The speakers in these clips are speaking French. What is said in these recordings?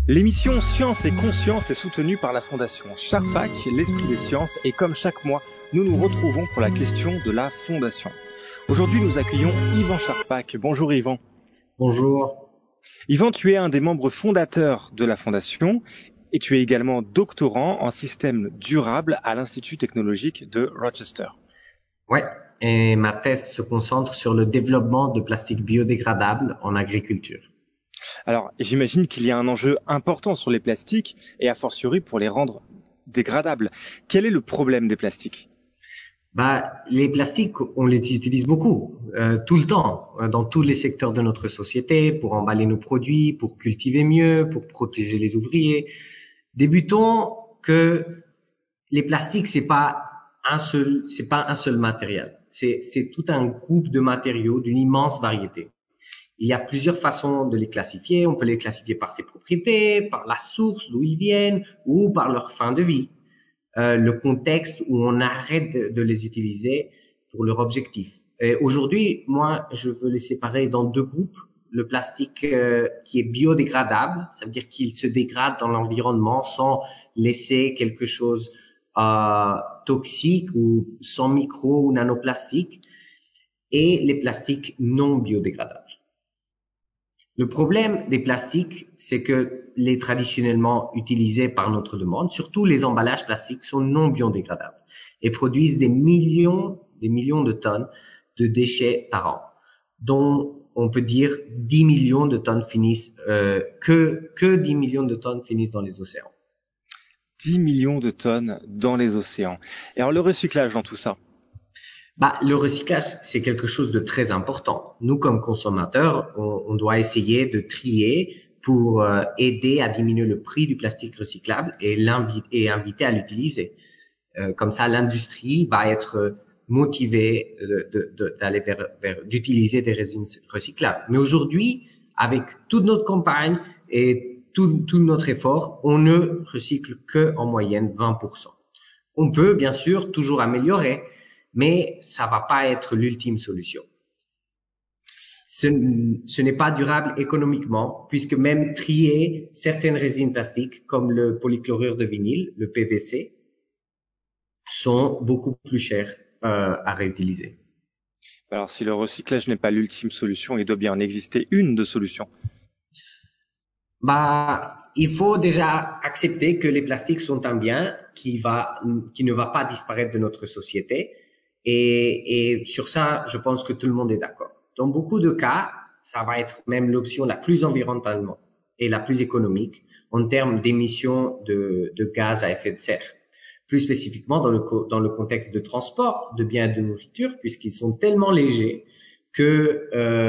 L'émission Science et Conscience est soutenue par la Fondation Charpak, l'Esprit des Sciences, et comme chaque mois, nous nous retrouvons pour la question de la Fondation. Aujourd'hui, nous accueillons Yvan Charpak. Bonjour Yvan. Bonjour. Yvan, tu es un des membres fondateurs de la Fondation et tu es également doctorant en système durable à l'Institut technologique de Rochester. Ouais, et ma thèse se concentre sur le développement de plastique biodégradable en agriculture. Alors, j'imagine qu'il y a un enjeu important sur les plastiques et a fortiori pour les rendre dégradables. Quel est le problème des plastiques ? Les plastiques, on les utilise beaucoup, tout le temps, dans tous les secteurs de notre société, pour emballer nos produits, pour cultiver mieux, pour protéger les ouvriers. Débutons que les plastiques, c'est pas un seul matériel. C'est tout un groupe de matériaux d'une immense variété. Il y a plusieurs façons de les classifier. On peut les classifier par ses propriétés, par la source d'où ils viennent ou par leur fin de vie. Le contexte où on arrête de les utiliser pour leur objectif. Et aujourd'hui, moi, je veux les séparer dans deux groupes. Le plastique qui est biodégradable, ça veut dire qu'il se dégrade dans l'environnement sans laisser quelque chose toxique ou sans micro ou nanoplastiques, et les plastiques non biodégradables. Le problème des plastiques, c'est que les traditionnellement utilisés par notre demande, surtout les emballages plastiques, sont non biodégradables et produisent des millions de tonnes de déchets par an, dont on peut dire 10 millions de tonnes finissent, que 10 millions de tonnes finissent dans les océans. 10 millions de tonnes dans les océans. Et alors le recyclage dans tout ça ? Le recyclage, c'est quelque chose de très important. Nous, comme consommateurs, on doit essayer de trier pour aider à diminuer le prix du plastique recyclable et inviter à l'utiliser. Comme ça, l'industrie va être motivée d'aller d'utiliser des résines recyclables. Mais aujourd'hui, avec toute notre campagne et tout notre effort, on ne recycle que en moyenne 20%. On peut bien sûr toujours améliorer, mais ça va pas être l'ultime solution. Ce n'est pas durable économiquement, puisque même trier certaines résines plastiques, comme le polychlorure de vinyle, le PVC, sont beaucoup plus chères à réutiliser. Alors si le recyclage n'est pas l'ultime solution, il doit bien en exister une de solution. Il faut déjà accepter que les plastiques sont un bien qui ne va pas disparaître de notre société. Et sur ça, je pense que tout le monde est d'accord. Dans beaucoup de cas, ça va être même l'option la plus environnementale et la plus économique en termes d'émissions de gaz à effet de serre. Plus spécifiquement dans le contexte de transport de biens et de nourriture, puisqu'ils sont tellement légers que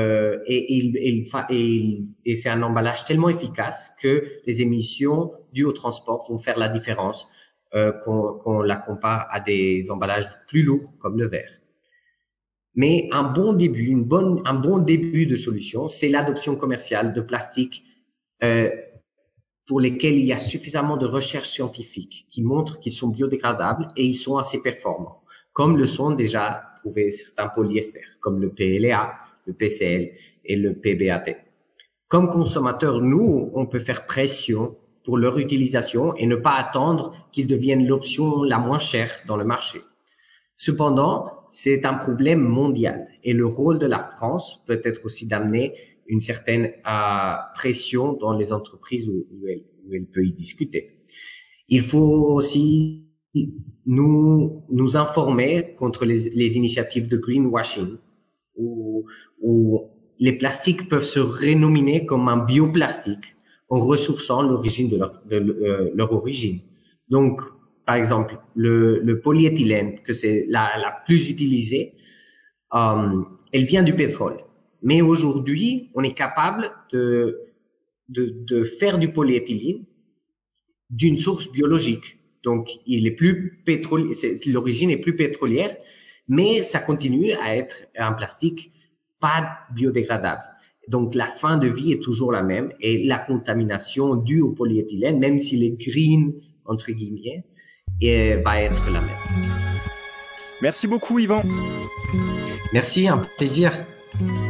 et c'est un emballage tellement efficace que les émissions dues au transport vont faire la différence qu'on la compare à des emballages plus lourds comme le verre. Mais un bon début de solution, c'est l'adoption commerciale de plastiques pour lesquels il y a suffisamment de recherches scientifiques qui montrent qu'ils sont biodégradables et ils sont assez performants, comme le sont déjà prouvés certains polyesters, comme le PLA, le PCL et le PBAT. Comme consommateurs, nous, on peut faire pression pour leur utilisation et ne pas attendre qu'ils deviennent l'option la moins chère dans le marché. Cependant, c'est un problème mondial et le rôle de la France peut être aussi d'amener une certaine pression dans les entreprises où elle peut y discuter. Il faut aussi nous informer contre les initiatives de greenwashing où les plastiques peuvent se renominer comme un bioplastique en ressourçant l'origine de leur origine. Donc, par exemple, le polyéthylène, que c'est la plus utilisée, elle vient du pétrole. Mais aujourd'hui, on est capable de faire du polyéthylène d'une source biologique. Donc, l'origine est plus pétrolière, mais ça continue à être un plastique pas biodégradable. Donc, la fin de vie est toujours la même et la contamination due au polyéthylène, même s'il est green, entre guillemets, va être la même. Merci beaucoup, Yvan. Merci, un plaisir.